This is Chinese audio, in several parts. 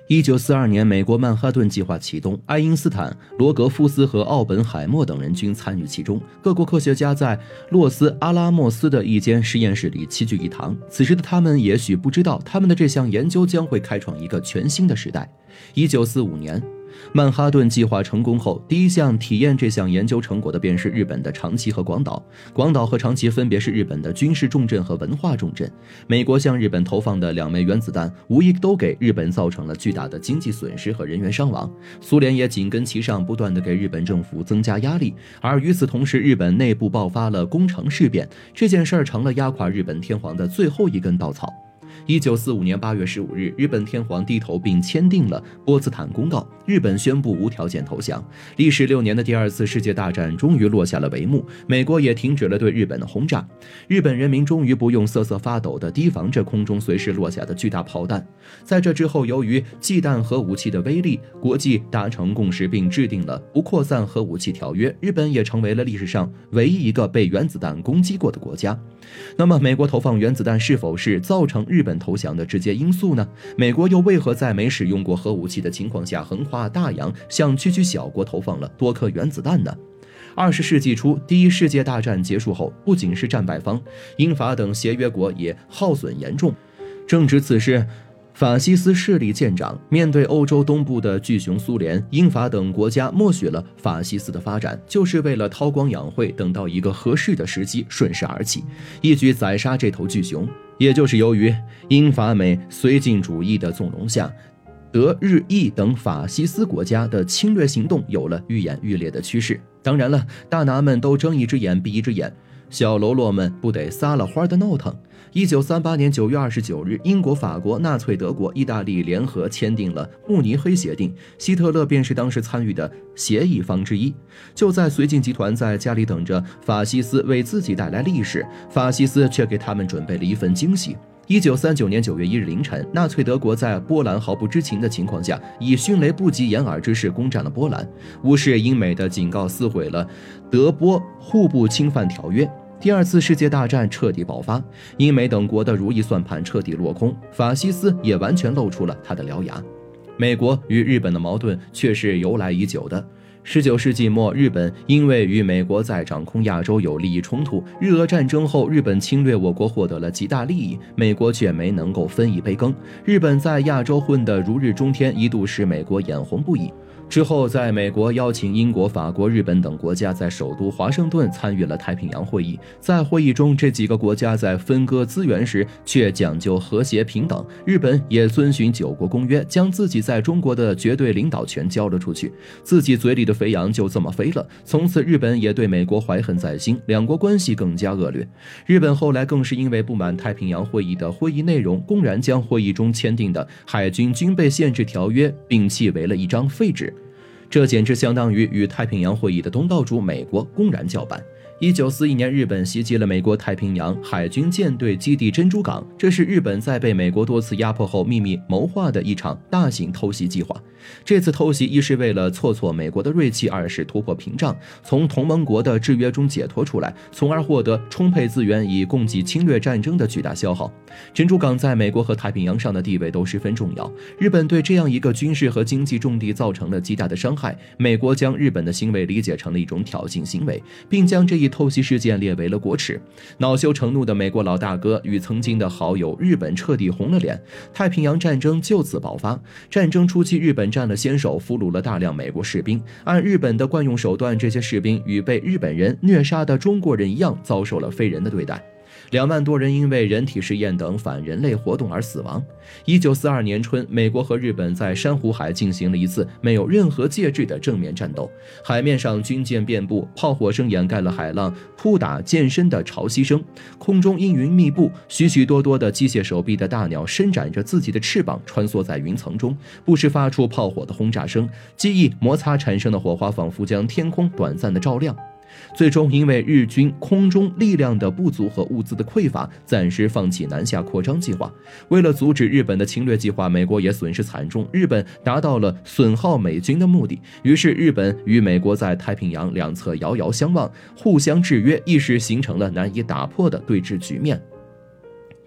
1942年，美国曼哈顿计划启动，爱因斯坦、罗格夫斯和奥本海默等人均参与其中。各国科学家在洛斯阿拉莫斯的一间实验室里齐聚一堂。此时的他们也许不知道，他们的这项研究将会开创一个全新的时代。1945年，曼哈顿计划成功后，第一项体验这项研究成果的便是日本的长崎和广岛。广岛和长崎分别是日本的军事重镇和文化重镇。美国向日本投放的2枚原子弹，无疑都给日本造成了巨大的经济损失和人员伤亡。苏联也紧跟其上，不断地给日本政府增加压力。而与此同时，日本内部爆发了工程事变，这件事儿成了压垮日本天皇的最后一根稻草。1945年8月15日，日本天皇低头并签订了波茨坦公告，日本宣布无条件投降。历时6年的第2次世界大战终于落下了帷幕，美国也停止了对日本的轰炸，日本人民终于不用瑟瑟发抖地提防着空中随时落下的巨大炮弹。在这之后，由于忌惮核武器的威力，国际达成共识并制定了不扩散核武器条约，日本也成为了历史上唯一一个被原子弹攻击过的国家。那么，美国投放原子弹是否是造成日本投降的直接因素呢？美国又为何在没使用过核武器的情况下横跨大洋，向区区小国投放了多颗原子弹呢？20世纪初，第一世界大战结束后，不仅是战败方，英法等协约国也耗损严重。正值此时，法西斯势力见长，面对欧洲东部的巨熊苏联，英法等国家默许了法西斯的发展，就是为了韬光养晦，等到一个合适的时机顺势而起，一举宰杀这头巨熊。也就是由于英法美绥靖主义的纵容下，德日意等法西斯国家的侵略行动有了愈演愈烈的趋势。当然了，大拿们都睁一只眼闭一只眼，小喽啰们不得撒了欢的闹腾。1938年9月29日，英国、法国、纳粹德国、意大利联合签订了慕尼黑协定，希特勒便是当时参与的协议方之一。就在绥靖集团在家里等着法西斯为自己带来利益时，法西斯却给他们准备了一份惊喜。1939年9月1日凌晨，纳粹德国在波兰毫不知情的情况下，以迅雷不及掩耳之势攻占了波兰，无视英美的警告，撕毁了德波互不侵犯条约。第2次世界大战彻底爆发，英美等国的如意算盘彻底落空，法西斯也完全露出了他的獠牙。美国与日本的矛盾却是由来已久的。19世纪末，日本因为与美国在掌控亚洲有利益冲突，日俄战争后，日本侵略我国获得了极大利益，美国却没能够分一杯羹。日本在亚洲混得如日中天，一度使美国眼红不已。之后，在美国邀请英国、法国、日本等国家在首都华盛顿参与了太平洋会议。在会议中，这几个国家在分割资源时却讲究和谐平等。日本也遵循9国公约，将自己在中国的绝对领导权交了出去，自己嘴里的肥羊就这么飞了。从此，日本也对美国怀恨在心，两国关系更加恶劣。日本后来更是因为不满太平洋会议的会议内容，公然将会议中签订的海军军备限制条约摒弃为了一张废纸。这简直相当于与太平洋会议的东道主美国公然叫板。1941年，日本袭击了美国太平洋海军舰队基地珍珠港，这是日本在被美国多次压迫后秘密谋划的一场大型偷袭计划。这次偷袭一是为了挫挫美国的锐气，二是突破屏障，从同盟国的制约中解脱出来，从而获得充沛资源以供给侵略战争的巨大消耗。珍珠港在美国和太平洋上的地位都十分重要，日本对这样一个军事和经济重地造成了极大的伤害。美国将日本的行为理解成了一种挑衅行为，并将这一偷袭事件列为了国耻。恼羞成怒的美国老大哥与曾经的好友日本彻底红了脸，太平洋战争就此爆发。战争初期，日本占了先手，俘虏了大量美国士兵。按日本的惯用手段，这些士兵与被日本人虐杀的中国人一样，遭受了非人的对待。2万多人因为人体试验等反人类活动而死亡。1942年春，美国和日本在珊瑚海进行了一次没有任何介质的正面战斗，海面上军舰遍布，炮火声掩盖了海浪扑打舰身的潮汐声，空中阴云密布，许许多多的机械手臂的大鸟伸展着自己的翅膀穿梭在云层中，不时发出炮火的轰炸声，机翼摩擦产生的火花仿佛将天空短暂的照亮。最终因为日军空中力量的不足和物资的匮乏，暂时放弃南下扩张计划。为了阻止日本的侵略计划，美国也损失惨重，日本达到了损耗美军的目的。于是日本与美国在太平洋两侧遥遥相望，互相制约，一时形成了难以打破的对峙局面。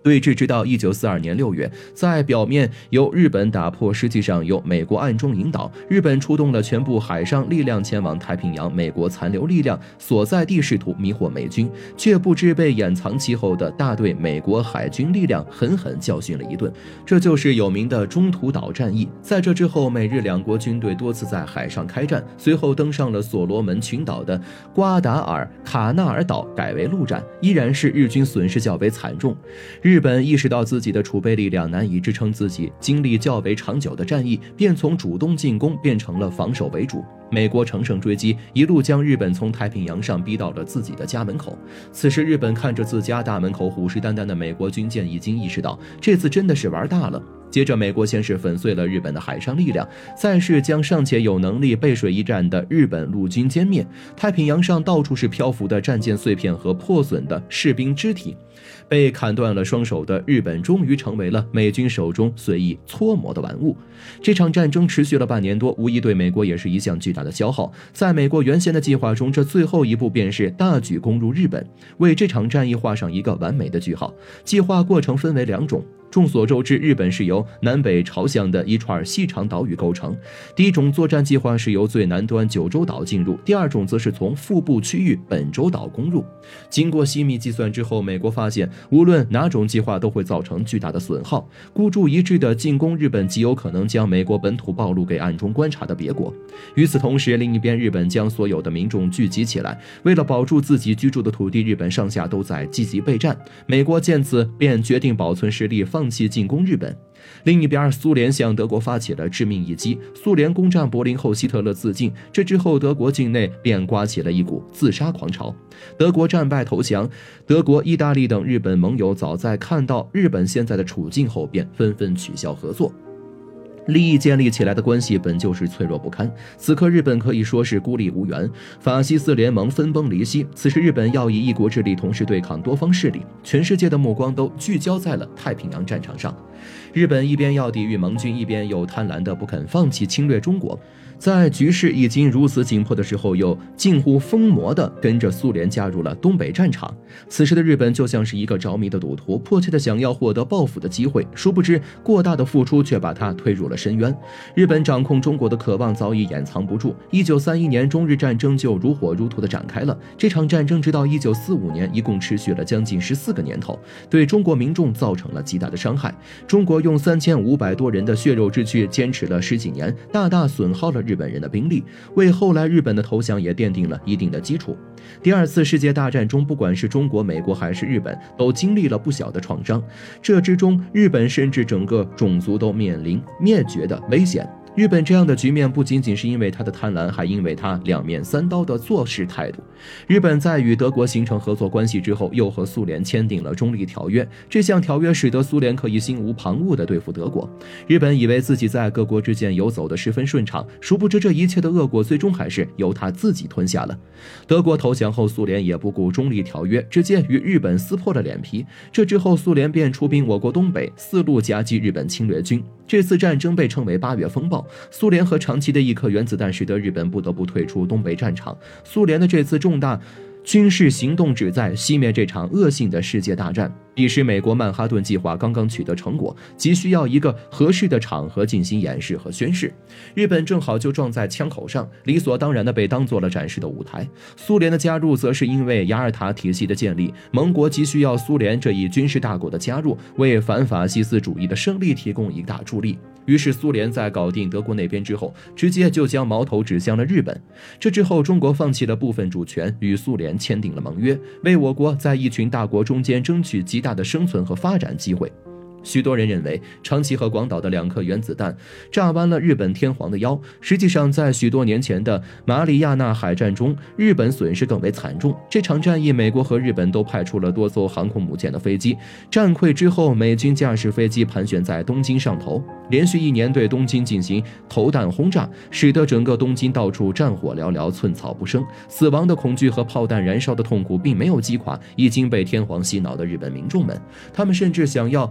对峙直到1942年6月，在表面由日本打破，实际上由美国暗中引导。日本出动了全部海上力量前往太平洋美国残留力量所在地，试图迷惑美军，却不知被掩藏其后的大队美国海军力量狠狠教训了一顿。这就是有名的中途岛战役。在这之后，美日两国军队多次在海上开战，随后登上了所罗门群岛的瓜达尔卡纳尔岛，改为陆战，依然是日军损失较为惨重。日本意识到自己的储备力量难以支撑自己经历较为长久的战役，便从主动进攻变成了防守为主。美国乘胜追击，一路将日本从太平洋上逼到了自己的家门口。此时日本看着自家大门口虎视眈眈的美国军舰，已经意识到这次真的是玩大了。接着美国先是粉碎了日本的海上力量，再是将尚且有能力背水一战的日本陆军歼灭。太平洋上到处是漂浮的战舰碎片和破损的士兵肢体，被砍断了双手的日本终于成为了美军手中随意搓磨的玩物。这场战争持续了半年多，无疑对美国也是一项巨大的消耗。在美国原先的计划中，这最后一步便是大举攻入日本，为这场战役画上一个完美的句号。计划过程分为两种。众所周知，日本是由南北朝向的一串细长岛屿构成。第一种作战计划是由最南端九州岛进入，第二种则是从腹部区域本州岛攻入。经过细密计算之后，美国发现无论哪种计划都会造成巨大的损耗，孤注一掷的进攻日本极有可能将美国本土暴露给暗中观察的别国。与此同时，另一边日本将所有的民众聚集起来，为了保住自己居住的土地，日本上下都在积极备战。美国见此便决定保存实力，放弃进攻日本。另一边，苏联向德国发起了致命一击。苏联攻占柏林后，希特勒自尽，这之后德国境内便刮起了一股自杀狂潮。德国战败投降，德国、意大利等日本盟友早在看到日本现在的处境后，便纷纷取消合作。利益建立起来的关系本就是脆弱不堪，此刻日本可以说是孤立无援，法西斯联盟分崩离析。此时日本要以一国之力同时对抗多方势力，全世界的目光都聚焦在了太平洋战场上。日本一边要抵御盟军，一边又贪婪的不肯放弃侵略中国。在局势已经如此紧迫的时候，又近乎疯魔的跟着苏联加入了东北战场。此时的日本就像是一个着迷的赌徒，迫切的想要获得报复的机会，殊不知过大的付出却把他推入了深渊。日本掌控中国的渴望早已掩藏不住，1931年中日战争就如火如荼的展开了。这场战争直到1945年，一共持续了将近14个年头，对中国民众造成了极大的伤害。中国用3500多人的血肉之躯坚持了10几年，大大损耗了日本人的兵力，为后来日本的投降也奠定了一定的基础。第二次世界大战中，不管是中国、美国还是日本，都经历了不小的创伤，这之中日本甚至整个种族都面临灭绝的危险。日本这样的局面不仅仅是因为他的贪婪，还因为他两面三刀的做事态度。日本在与德国形成合作关系之后，又和苏联签订了中立条约，这项条约使得苏联可以心无旁骛地对付德国。日本以为自己在各国之间游走得十分顺畅，殊不知这一切的恶果最终还是由他自己吞下了。德国投降后，苏联也不顾中立条约，直接与日本撕破了脸皮。这之后，苏联便出兵我国东北，四路夹击日本侵略军。这次战争被称为8月风暴。苏联和长崎的1颗原子弹使得日本不得不退出东北战场。苏联的这次重大军事行动旨在熄灭这场恶性的世界大战。彼时美国曼哈顿计划刚刚取得成果，急需要一个合适的场合进行演示和宣示。日本正好就撞在枪口上，理所当然的被当做了展示的舞台。苏联的加入则是因为雅尔塔体系的建立，盟国急需要苏联这一军事大国的加入，为反法西斯主义的胜利提供一大助力。于是苏联在搞定德国那边之后，直接就将矛头指向了日本。这之后，中国放弃了部分主权，与苏联签订了盟约，为我国在一群大国中间争取极大的生存和发展机会。许多人认为长崎和广岛的2颗原子弹炸弯了日本天皇的腰，实际上在许多年前的马里亚纳海战中，日本损失更为惨重。这场战役，美国和日本都派出了多艘航空母舰的飞机。战溃之后，美军驾驶飞机盘旋在东京上头，连续1年对东京进行投弹轰炸，使得整个东京到处战火寥寥，寸草不生。死亡的恐惧和炮弹燃烧的痛苦并没有击垮已经被天皇洗脑的日本民众们，他们甚至想要和美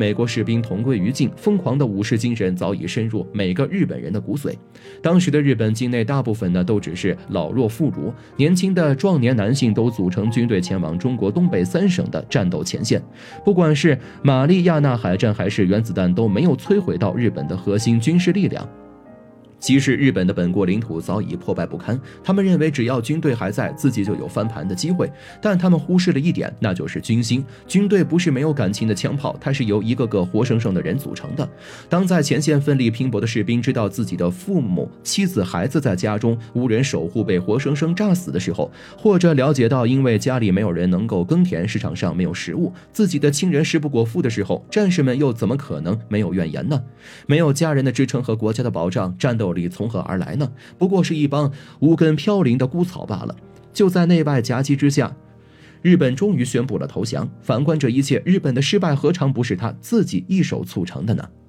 美国士兵同归于尽，疯狂的武士精神早已深入每个日本人的骨髓。当时的日本境内大部分呢都只是老弱妇孺，年轻的壮年男性都组成军队前往中国东北3省的战斗前线。不管是马里亚纳海战还是原子弹，都没有摧毁到日本的核心军事力量。即使日本的本国领土早已破败不堪，他们认为只要军队还在，自己就有翻盘的机会。但他们忽视了一点，那就是军心。军队不是没有感情的枪炮，它是由一个个活生生的人组成的。当在前线奋力拼搏的士兵知道自己的父母、妻子、孩子在家中无人守护被活生生炸死的时候，或者了解到因为家里没有人能够耕田，市场上没有食物，自己的亲人食不果腹的时候，战士们又怎么可能没有怨言呢？没有家人的支撑和国家的保障，战斗力从何而来呢？不过是一帮无根飘零的枯草罢了。就在内外夹击之下，日本终于宣布了投降。反观这一切，日本的失败何尝不是他自己一手促成的呢？